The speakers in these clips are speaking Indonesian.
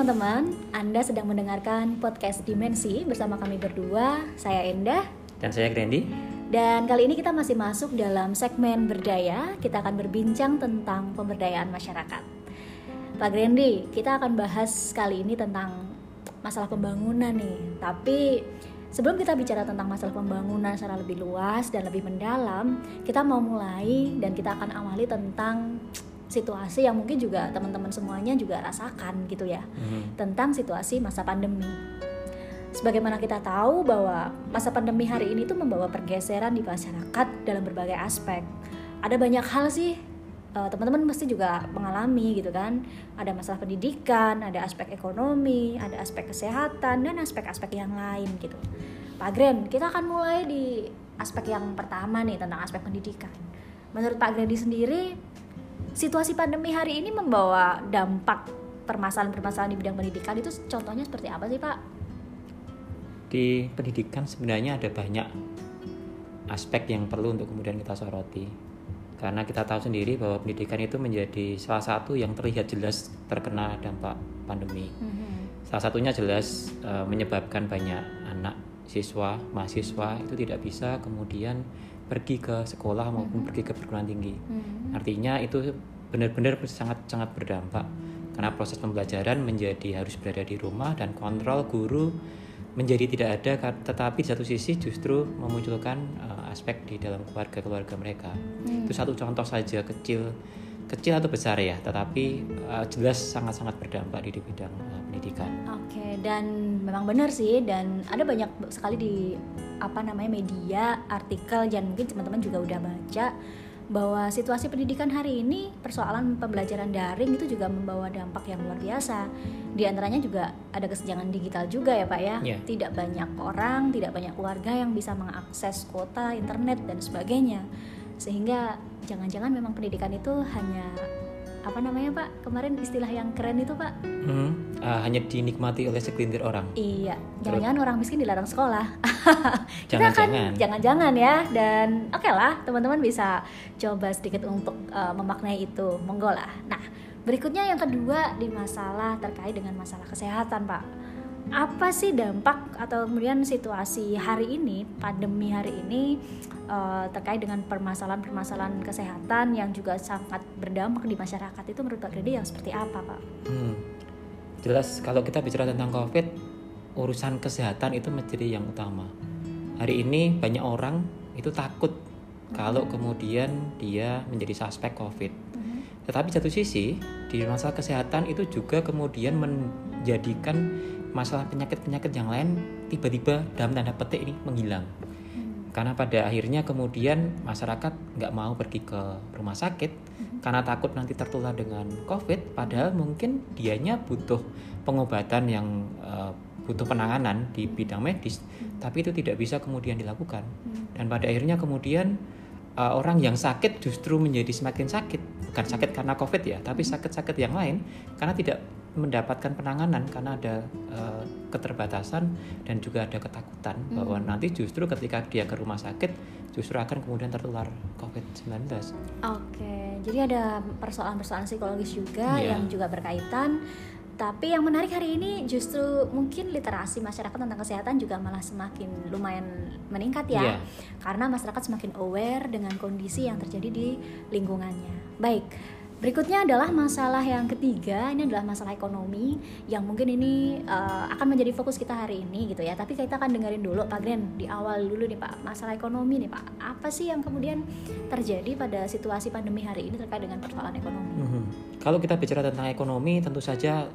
teman-teman, Anda sedang mendengarkan podcast Dimensi bersama kami berdua, saya Endah dan saya Grandy. Dan kali ini kita masih masuk dalam segmen berdaya. Kita akan berbincang tentang pemberdayaan masyarakat. Pak Grandy, kita akan bahas kali ini tentang masalah pembangunan nih. Tapi sebelum kita bicara tentang masalah pembangunan secara lebih luas dan lebih mendalam, kita mau mulai dan kita akan awali tentang situasi yang mungkin juga teman-teman semuanya juga rasakan gitu ya, tentang situasi masa pandemi. Sebagaimana kita tahu bahwa masa pandemi hari ini tuh membawa pergeseran di masyarakat dalam berbagai aspek. Ada banyak hal sih, teman-teman pasti juga mengalami gitu kan. Ada masalah pendidikan, ada aspek ekonomi, ada aspek kesehatan, dan aspek-aspek yang lain gitu. Pak Gren, kita akan mulai di aspek yang pertama nih, tentang aspek pendidikan. Menurut Pak Gren sendiri, situasi pandemi hari ini membawa dampak permasalahan-permasalahan di bidang pendidikan itu contohnya seperti apa sih Pak? Di pendidikan sebenarnya ada banyak aspek yang perlu untuk kemudian kita soroti. Karena kita tahu sendiri bahwa pendidikan itu menjadi salah satu yang terlihat jelas terkena dampak pandemi. Salah satunya jelas menyebabkan banyak anak, siswa, mahasiswa itu tidak bisa kemudian pergi ke sekolah maupun pergi ke perguruan tinggi. Artinya itu benar-benar sangat berdampak karena proses pembelajaran menjadi harus berada di rumah dan kontrol guru menjadi tidak ada, tetapi di satu sisi justru memunculkan aspek di dalam keluarga mereka. Itu satu contoh saja, kecil atau besar ya, tetapi jelas sangat berdampak di bidang pendidikan. Oke, dan memang benar sih, dan ada banyak sekali di media, artikel, dan mungkin teman-teman juga udah baca bahwa situasi pendidikan hari ini, persoalan pembelajaran daring itu juga membawa dampak yang luar biasa. Di antaranya juga ada kesenjangan digital juga ya Pak ya. Yeah. Tidak banyak orang, tidak banyak keluarga yang bisa mengakses kuota internet dan sebagainya. Sehingga jangan-jangan memang pendidikan itu hanya Pak? Kemarin istilah yang keren itu Pak? Hanya dinikmati oleh segelintir orang. Iya, jangan-jangan orang miskin dilarang sekolah. Jangan-jangan ya. Dan oke lah, teman-teman bisa coba sedikit untuk memaknai itu, monggo lah. Nah, berikutnya yang kedua di masalah terkait dengan masalah kesehatan Pak. Apa sih dampak atau kemudian situasi hari ini, pandemi hari ini terkait dengan permasalahan kesehatan yang juga sangat berdampak di masyarakat itu menurut Pak Gredi yang seperti apa Pak? Jelas kalau kita bicara tentang COVID, urusan kesehatan itu menjadi yang utama. Hari ini banyak orang itu takut kalau kemudian dia menjadi suspek COVID. Tetapi satu sisi di masalah kesehatan itu juga kemudian menjadikan masalah penyakit-penyakit yang lain tiba-tiba dalam tanda petik ini menghilang. Karena pada akhirnya kemudian masyarakat nggak mau pergi ke rumah sakit karena takut nanti tertular dengan COVID, padahal mungkin dianya butuh pengobatan yang butuh penanganan di bidang medis, tapi itu tidak bisa kemudian dilakukan. Dan pada akhirnya kemudian orang yang sakit justru menjadi semakin sakit, bukan sakit karena COVID ya, tapi sakit-sakit yang lain karena tidak mendapatkan penanganan karena ada keterbatasan dan juga ada ketakutan bahwa nanti justru ketika dia ke rumah sakit justru akan kemudian tertular COVID-19. Oke, jadi ada persoalan-persoalan psikologis juga yang juga berkaitan. Tapi yang menarik hari ini justru mungkin literasi masyarakat tentang kesehatan juga malah semakin lumayan meningkat ya. Karena masyarakat semakin aware dengan kondisi yang terjadi di lingkungannya. Baik, berikutnya adalah masalah yang ketiga. Ini adalah masalah ekonomi yang mungkin ini akan menjadi fokus kita hari ini gitu ya. Tapi kita akan dengerin dulu Pak Gren di awal dulu nih Pak, masalah ekonomi nih Pak. Apa sih yang kemudian terjadi pada situasi pandemi hari ini terkait dengan persoalan ekonomi? Kalau kita bicara tentang ekonomi, tentu saja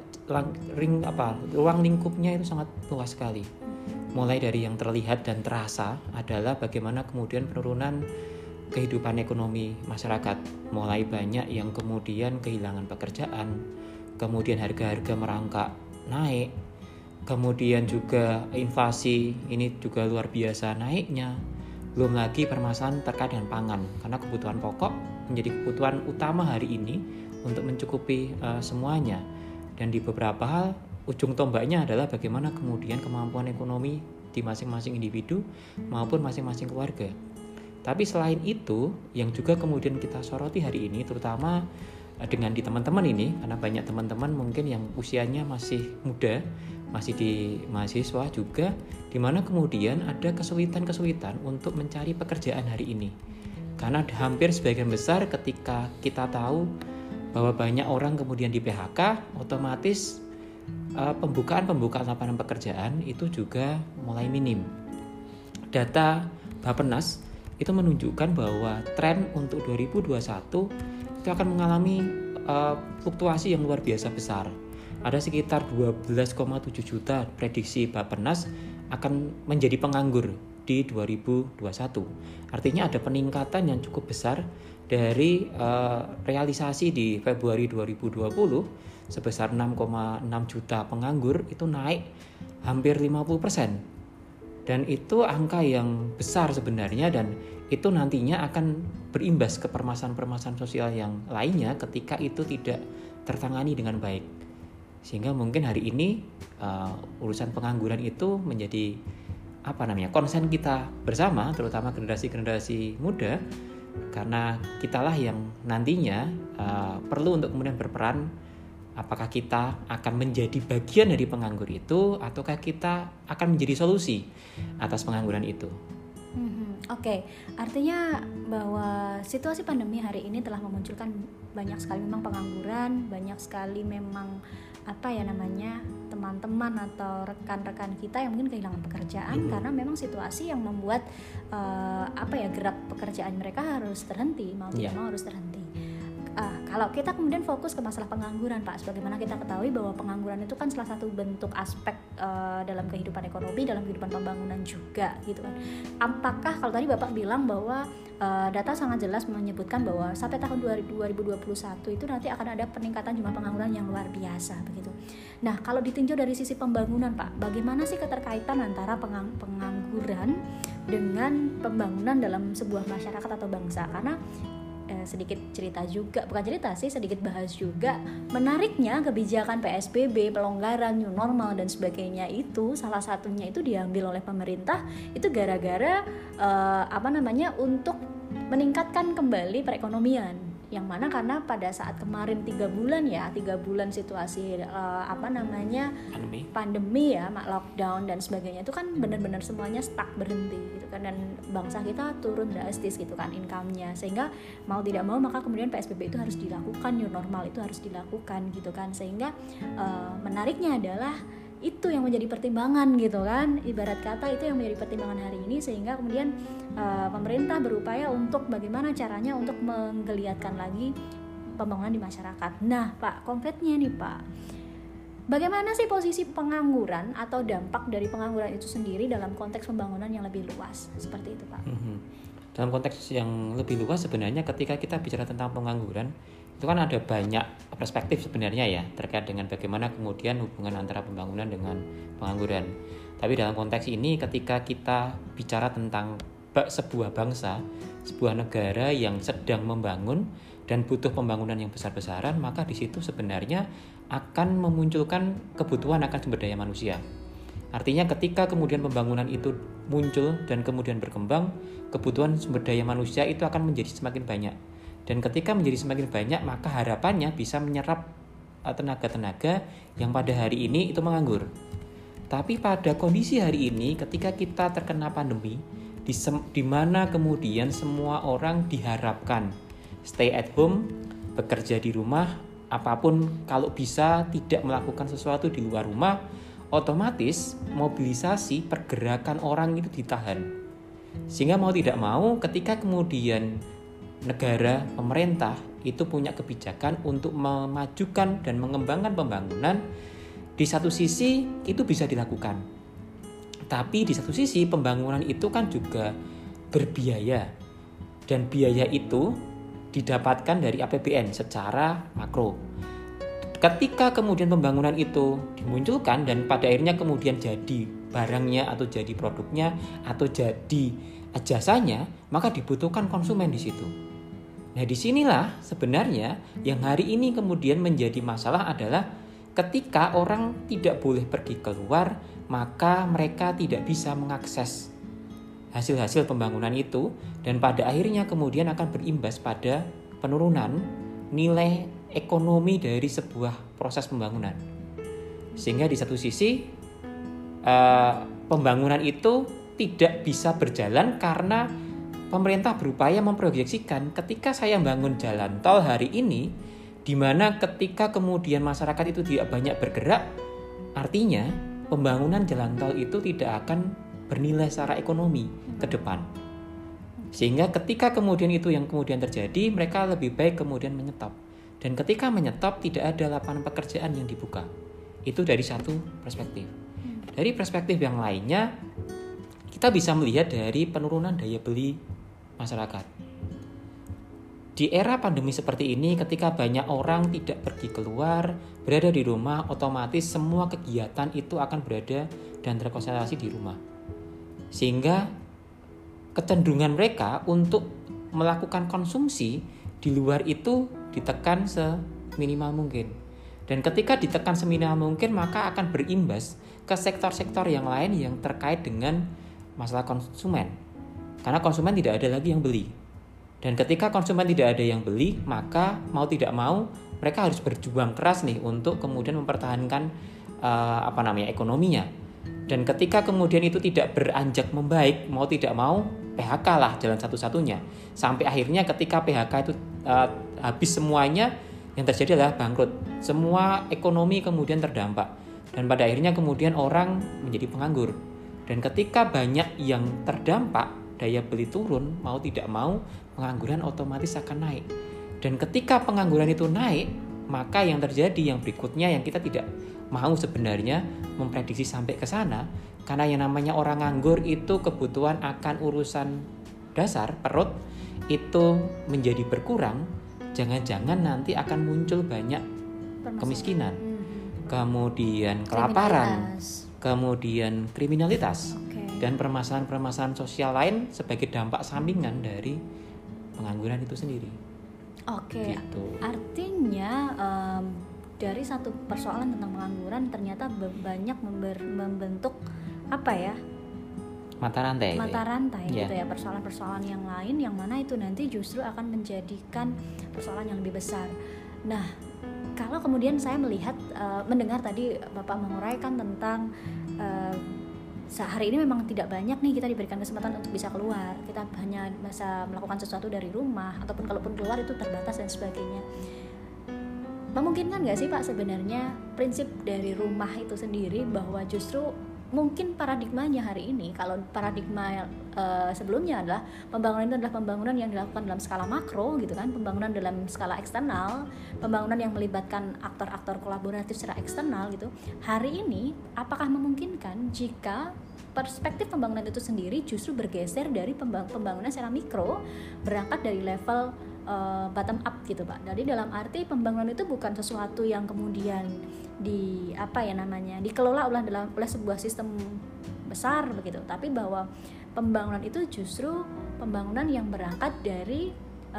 ruang lingkupnya itu sangat luas sekali. Mulai dari yang terlihat dan terasa adalah bagaimana kemudian penurunan kehidupan ekonomi masyarakat. Mulai banyak yang kemudian kehilangan pekerjaan, kemudian harga-harga merangkak naik, kemudian juga inflasi ini juga luar biasa naiknya. Belum lagi permasalahan terkait dengan pangan, karena kebutuhan pokok menjadi kebutuhan utama hari ini untuk mencukupi semuanya. Dan di beberapa hal ujung tombaknya adalah bagaimana kemudian kemampuan ekonomi di masing-masing individu maupun masing-masing keluarga. Tapi selain itu, yang juga kemudian kita soroti hari ini terutama dengan di teman-teman ini, karena banyak teman-teman mungkin yang usianya masih muda, masih di mahasiswa juga, di mana kemudian ada kesulitan-kesulitan untuk mencari pekerjaan hari ini. Karena hampir sebagian besar ketika kita tahu bahwa banyak orang kemudian di PHK, otomatis pembukaan lapangan pekerjaan itu juga mulai minim. Data Bappenas itu menunjukkan bahwa tren untuk 2021 itu akan mengalami fluktuasi yang luar biasa besar. Ada sekitar 12,7 juta prediksi Bappenas akan menjadi penganggur di 2021. Artinya ada peningkatan yang cukup besar dari realisasi di Februari 2020 sebesar 6,6 juta penganggur, itu naik hampir 50%. Dan itu angka yang besar sebenarnya, dan itu nantinya akan berimbas ke permasalahan-permasalahan sosial yang lainnya ketika itu tidak tertangani dengan baik. Sehingga mungkin hari ini urusan pengangguran itu menjadi konsen kita bersama, terutama generasi-generasi muda, karena kitalah yang nantinya perlu untuk kemudian berperan. Apakah kita akan menjadi bagian dari penganggur itu, ataukah kita akan menjadi solusi atas pengangguran itu? Oke, artinya bahwa situasi pandemi hari ini telah memunculkan banyak sekali memang pengangguran, banyak sekali memang teman-teman atau rekan-rekan kita yang mungkin kehilangan pekerjaan karena memang situasi yang membuat gerak pekerjaan mereka harus terhenti, mau tidak mau harus terhenti. Kalau kita kemudian fokus ke masalah pengangguran, Pak, sebagaimana kita ketahui bahwa pengangguran itu kan salah satu bentuk aspek dalam kehidupan ekonomi, dalam kehidupan pembangunan juga, gitu kan. Apakah kalau tadi Bapak bilang bahwa data sangat jelas menyebutkan bahwa sampai tahun 2021 itu nanti akan ada peningkatan jumlah pengangguran yang luar biasa, begitu. Nah, kalau ditinjau dari sisi pembangunan, Pak, bagaimana sih keterkaitan antara pengangguran dengan pembangunan dalam sebuah masyarakat atau bangsa? Karena sedikit bahas juga, menariknya kebijakan PSBB, pelonggaran, new normal dan sebagainya itu salah satunya itu diambil oleh pemerintah itu gara-gara untuk meningkatkan kembali perekonomian, yang mana karena pada saat kemarin 3 bulan situasi pandemi ya, lockdown dan sebagainya itu kan benar-benar semuanya stuck, berhenti gitu kan, dan bangsa kita turun drastis gitu kan income-nya, sehingga mau tidak mau maka kemudian PSBB itu harus dilakukan, new normal itu harus dilakukan gitu kan, sehingga menariknya adalah itu yang menjadi pertimbangan gitu kan, ibarat kata itu yang menjadi pertimbangan hari ini, sehingga kemudian pemerintah berupaya untuk bagaimana caranya untuk menggeliatkan lagi pembangunan di masyarakat. Nah, Pak, konkretnya nih, Pak, bagaimana sih posisi pengangguran atau dampak dari pengangguran itu sendiri dalam konteks pembangunan yang lebih luas, seperti itu, Pak? Dalam konteks yang lebih luas sebenarnya ketika kita bicara tentang pengangguran, itu kan ada banyak perspektif sebenarnya ya terkait dengan bagaimana kemudian hubungan antara pembangunan dengan pengangguran. Tapi dalam konteks ini ketika kita bicara tentang sebuah bangsa, sebuah negara yang sedang membangun dan butuh pembangunan yang besar-besaran, maka di situ sebenarnya akan memunculkan kebutuhan akan sumber daya manusia. Artinya ketika kemudian pembangunan itu muncul dan kemudian berkembang, kebutuhan sumber daya manusia itu akan menjadi semakin banyak. Dan ketika menjadi semakin banyak, maka harapannya bisa menyerap tenaga-tenaga yang pada hari ini itu menganggur. Tapi pada kondisi hari ini ketika kita terkena pandemi, di mana kemudian semua orang diharapkan stay at home, bekerja di rumah, apapun kalau bisa tidak melakukan sesuatu di luar rumah, otomatis mobilisasi pergerakan orang itu ditahan. Sehingga mau tidak mau ketika kemudian negara, pemerintah itu punya kebijakan untuk memajukan dan mengembangkan pembangunan, di satu sisi itu bisa dilakukan. Tapi di satu sisi pembangunan itu kan juga berbiaya, dan biaya itu didapatkan dari APBN secara makro. Ketika kemudian pembangunan itu dimunculkan dan pada akhirnya kemudian jadi barangnya atau jadi produknya atau jadi jasanya, maka dibutuhkan konsumen di situ. Nah, disinilah sebenarnya yang hari ini kemudian menjadi masalah adalah ketika orang tidak boleh pergi keluar, maka mereka tidak bisa mengakses hasil-hasil pembangunan itu, dan pada akhirnya kemudian akan berimbas pada penurunan nilai ekonomi dari sebuah proses pembangunan. Sehingga di satu sisi pembangunan itu tidak bisa berjalan karena pemerintah berupaya memproyeksikan ketika saya bangun jalan tol hari ini, di mana ketika kemudian masyarakat itu tidak banyak bergerak, artinya pembangunan jalan tol itu tidak akan bernilai secara ekonomi ke depan. Sehingga ketika kemudian itu yang kemudian terjadi, mereka lebih baik kemudian menyetop. Dan ketika menyetop tidak ada lapangan pekerjaan yang dibuka. Itu dari satu perspektif. Dari perspektif yang lainnya, kita bisa melihat dari penurunan daya beli masyarakat. Di era pandemi seperti ini, ketika banyak orang tidak pergi keluar, berada di rumah, otomatis semua kegiatan itu akan berada dan terkonsentrasi di rumah. Sehingga kecenderungan mereka untuk melakukan konsumsi di luar itu ditekan seminimal mungkin. Dan ketika ditekan seminimal mungkin, maka akan berimbas ke sektor-sektor yang lain yang terkait dengan masalah konsumen. Karena konsumen tidak ada lagi yang beli. Dan ketika konsumen tidak ada yang beli, maka mau tidak mau mereka harus berjuang keras nih untuk kemudian mempertahankan ekonominya. Dan ketika kemudian itu tidak beranjak membaik, mau tidak mau PHK lah jalan satu-satunya. Sampai akhirnya ketika PHK itu habis semuanya, yang terjadi adalah bangkrut. Semua ekonomi kemudian terdampak. Dan pada akhirnya kemudian orang menjadi penganggur. Dan ketika banyak yang terdampak, daya beli turun, mau tidak mau pengangguran otomatis akan naik. Dan ketika pengangguran itu naik, maka yang terjadi yang berikutnya yang kita tidak mau sebenarnya memprediksi sampai ke sana, karena yang namanya orang nganggur itu kebutuhan akan urusan dasar perut itu menjadi berkurang, jangan-jangan nanti akan muncul banyak kemiskinan, kemudian kelaparan, kemudian kriminalitas. Dan permasalahan-permasalahan sosial lain sebagai dampak sampingan dari pengangguran itu sendiri. Oke, gitu. Artinya dari satu persoalan tentang pengangguran ternyata banyak membentuk mata rantai gitu ya, persoalan-persoalan yang lain yang mana itu nanti justru akan menjadikan persoalan yang lebih besar. Nah, kalau kemudian saya mendengar tadi Bapak menguraikan tentang sehari ini memang tidak banyak nih kita diberikan kesempatan untuk bisa keluar, kita hanya bisa melakukan sesuatu dari rumah, ataupun kalaupun keluar itu terbatas dan sebagainya. Memungkinkan nggak sih Pak sebenarnya prinsip dari rumah itu sendiri, bahwa justru mungkin paradigmanya hari ini, kalau paradigma sebelumnya adalah pembangunan itu adalah pembangunan yang dilakukan dalam skala makro gitu kan, pembangunan dalam skala eksternal, pembangunan yang melibatkan aktor-aktor kolaboratif secara eksternal gitu. Hari ini apakah memungkinkan jika perspektif pembangunan itu sendiri justru bergeser dari pembangunan secara mikro, berangkat dari level bottom up gitu Pak. Jadi dalam arti pembangunan itu bukan sesuatu yang kemudian dikelola oleh sebuah sistem besar begitu, tapi bahwa pembangunan itu justru pembangunan yang berangkat dari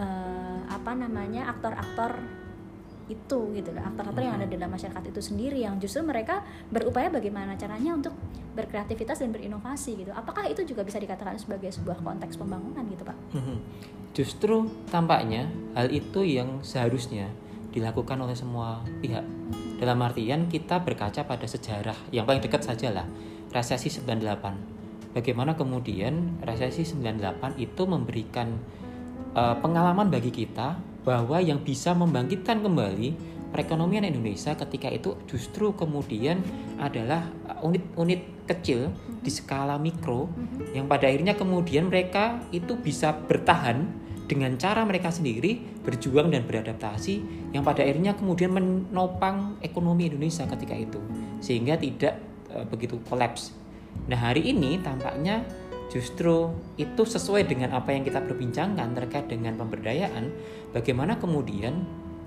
aktor-aktor itu gitu loh, aktor-aktor yang ada dalam masyarakat itu sendiri, yang justru mereka berupaya bagaimana caranya untuk berkreativitas dan berinovasi gitu. Apakah itu juga bisa dikatakan sebagai sebuah konteks pembangunan gitu Pak? Justru tampaknya hal itu yang seharusnya dilakukan oleh semua pihak. Dalam artian kita berkaca pada sejarah yang paling dekat saja lah, resesi 98. Bagaimana kemudian resesi 98 itu memberikan pengalaman bagi kita bahwa yang bisa membangkitkan kembali perekonomian Indonesia ketika itu justru kemudian adalah unit-unit kecil di skala mikro, yang pada akhirnya kemudian mereka itu bisa bertahan dengan cara mereka sendiri, berjuang dan beradaptasi, yang pada akhirnya kemudian menopang ekonomi Indonesia ketika itu, sehingga tidak begitu kolaps. Nah, hari ini tampaknya justru itu sesuai dengan apa yang kita perbincangkan terkait dengan pemberdayaan, bagaimana kemudian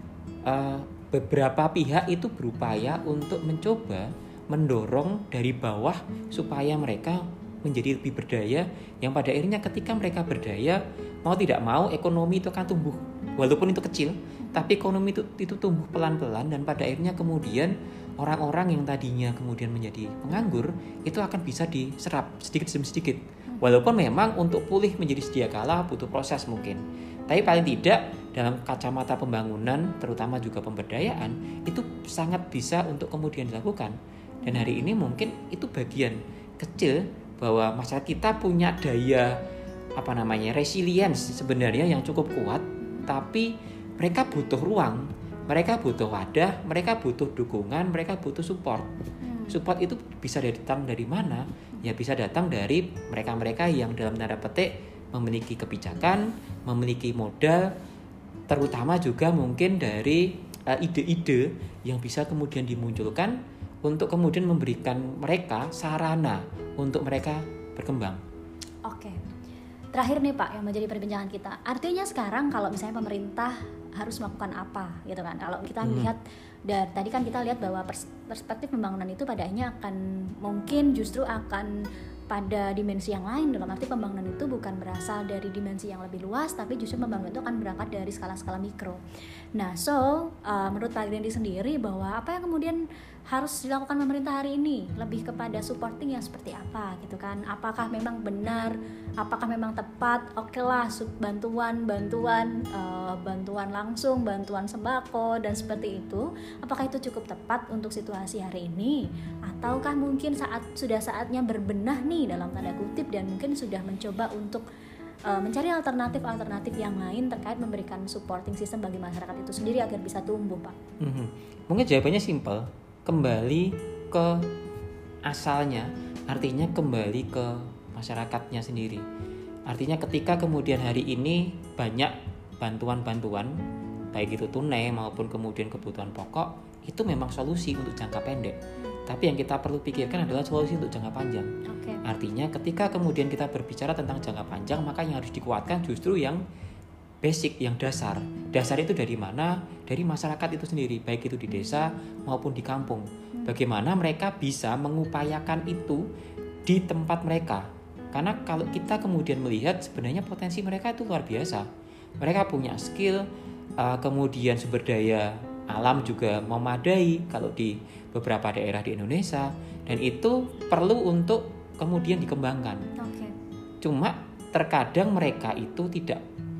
beberapa pihak itu berupaya untuk mencoba mendorong dari bawah supaya mereka menjadi lebih berdaya, yang pada akhirnya ketika mereka berdaya, mau tidak mau ekonomi itu akan tumbuh, walaupun itu kecil, tapi ekonomi itu tumbuh pelan-pelan, dan pada akhirnya kemudian orang-orang yang tadinya kemudian menjadi penganggur itu akan bisa diserap sedikit demi sedikit, walaupun memang untuk pulih menjadi sedia kala butuh proses mungkin, tapi paling tidak dalam kacamata pembangunan, terutama juga pemberdayaan, itu sangat bisa untuk kemudian dilakukan. Dan hari ini mungkin itu bagian kecil bahwa masyarakat kita punya daya resilience sebenarnya yang cukup kuat, tapi mereka butuh ruang, mereka butuh wadah, mereka butuh dukungan, mereka butuh support. Support itu bisa datang dari mana? Ya bisa datang dari mereka-mereka yang dalam tanda petik memiliki kebijakan, memiliki modal, terutama juga mungkin dari ide-ide yang bisa kemudian dimunculkan untuk kemudian memberikan mereka sarana untuk mereka berkembang. Oke. Terakhir nih Pak, yang menjadi perbincangan kita. Artinya sekarang kalau misalnya pemerintah harus melakukan apa gitu kan. Kalau kita melihat dan tadi kan kita lihat bahwa perspektif pembangunan itu pada akhirnya akan mungkin justru akan pada dimensi yang lain, dalam arti pembangunan itu bukan berasal dari dimensi yang lebih luas, tapi justru pembangunan itu akan berangkat dari skala-skala mikro. Nah, menurut Pak Grendi sendiri bahwa apa yang kemudian harus dilakukan pemerintah hari ini lebih kepada supporting yang seperti apa gitu kan? Apakah memang benar? Apakah memang tepat? Oke lah, bantuan langsung, bantuan sembako dan seperti itu. Apakah itu cukup tepat untuk situasi hari ini? Ataukah mungkin sudah saatnya berbenah nih dalam tanda kutip dan mungkin sudah mencoba untuk mencari alternatif yang lain terkait memberikan supporting system bagi masyarakat itu sendiri agar bisa tumbuh, Pak? Mungkin jawabannya simpel, kembali ke asalnya, artinya kembali ke masyarakatnya sendiri. Artinya ketika kemudian hari ini banyak bantuan-bantuan, baik itu tunai maupun kemudian kebutuhan pokok, itu memang solusi untuk jangka pendek. Tapi yang kita perlu pikirkan adalah solusi untuk jangka panjang. Artinya ketika kemudian kita berbicara tentang jangka panjang, maka yang harus dikuatkan justru yang basic, yang dasar. Dasar itu dari mana? Dari masyarakat itu sendiri, baik itu di desa maupun di kampung. Bagaimana mereka bisa mengupayakan itu di tempat mereka. Karena kalau kita kemudian melihat sebenarnya potensi mereka itu luar biasa. Mereka punya skill, kemudian sumber daya alam juga memadai kalau di beberapa daerah di Indonesia, dan itu perlu untuk kemudian dikembangkan. Cuma terkadang mereka itu tidak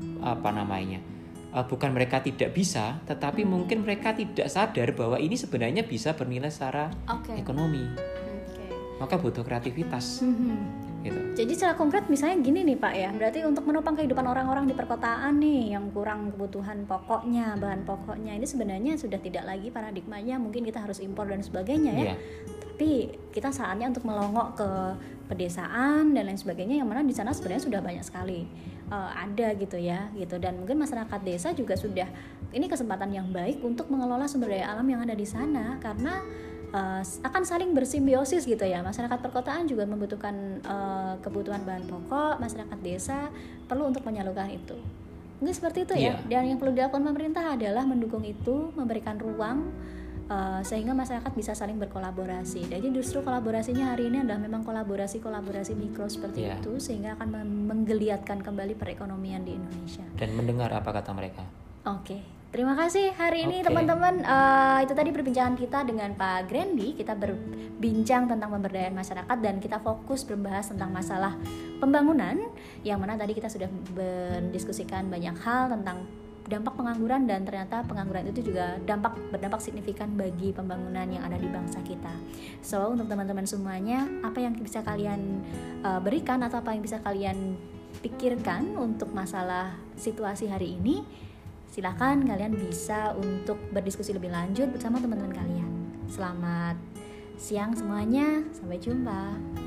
bukan mereka tidak bisa, tetapi mungkin mereka tidak sadar bahwa ini sebenarnya bisa bernilai secara ekonomi. Maka butuh kreativitas. Gitu. Jadi secara konkret misalnya gini nih Pak ya, berarti untuk menopang kehidupan orang-orang di perkotaan nih yang kurang kebutuhan pokoknya, bahan pokoknya, ini sebenarnya sudah tidak lagi paradigmanya mungkin kita harus impor dan sebagainya ya. Tapi kita saatnya untuk melongok ke pedesaan dan lain sebagainya, yang mana di sana sebenarnya sudah banyak sekali ada gitu ya gitu. Dan mungkin masyarakat desa juga sudah, ini kesempatan yang baik untuk mengelola sumber daya alam yang ada di sana, karena akan saling bersimbiosis gitu ya. Masyarakat perkotaan juga membutuhkan kebutuhan bahan pokok, masyarakat desa perlu untuk menyalurkan itu. Mungkin seperti itu ya. Dan yang perlu dilakukan pemerintah adalah mendukung itu, memberikan ruang sehingga masyarakat bisa saling berkolaborasi. Jadi justru kolaborasinya hari ini adalah memang kolaborasi mikro seperti itu, sehingga akan menggeliatkan kembali perekonomian di Indonesia. Dan mendengar apa kata mereka. Terima kasih hari ini teman-teman. Itu tadi perbincangan kita dengan Pak Grendi. Kita berbincang tentang pemberdayaan masyarakat dan kita fokus membahas tentang masalah pembangunan, yang mana tadi kita sudah mendiskusikan banyak hal tentang dampak pengangguran, dan ternyata pengangguran itu juga berdampak signifikan bagi pembangunan yang ada di bangsa kita. So untuk teman-teman semuanya, apa yang bisa kalian berikan atau apa yang bisa kalian pikirkan untuk masalah situasi hari ini, silakan kalian bisa untuk berdiskusi lebih lanjut bersama teman-teman kalian. Selamat siang semuanya, sampai jumpa.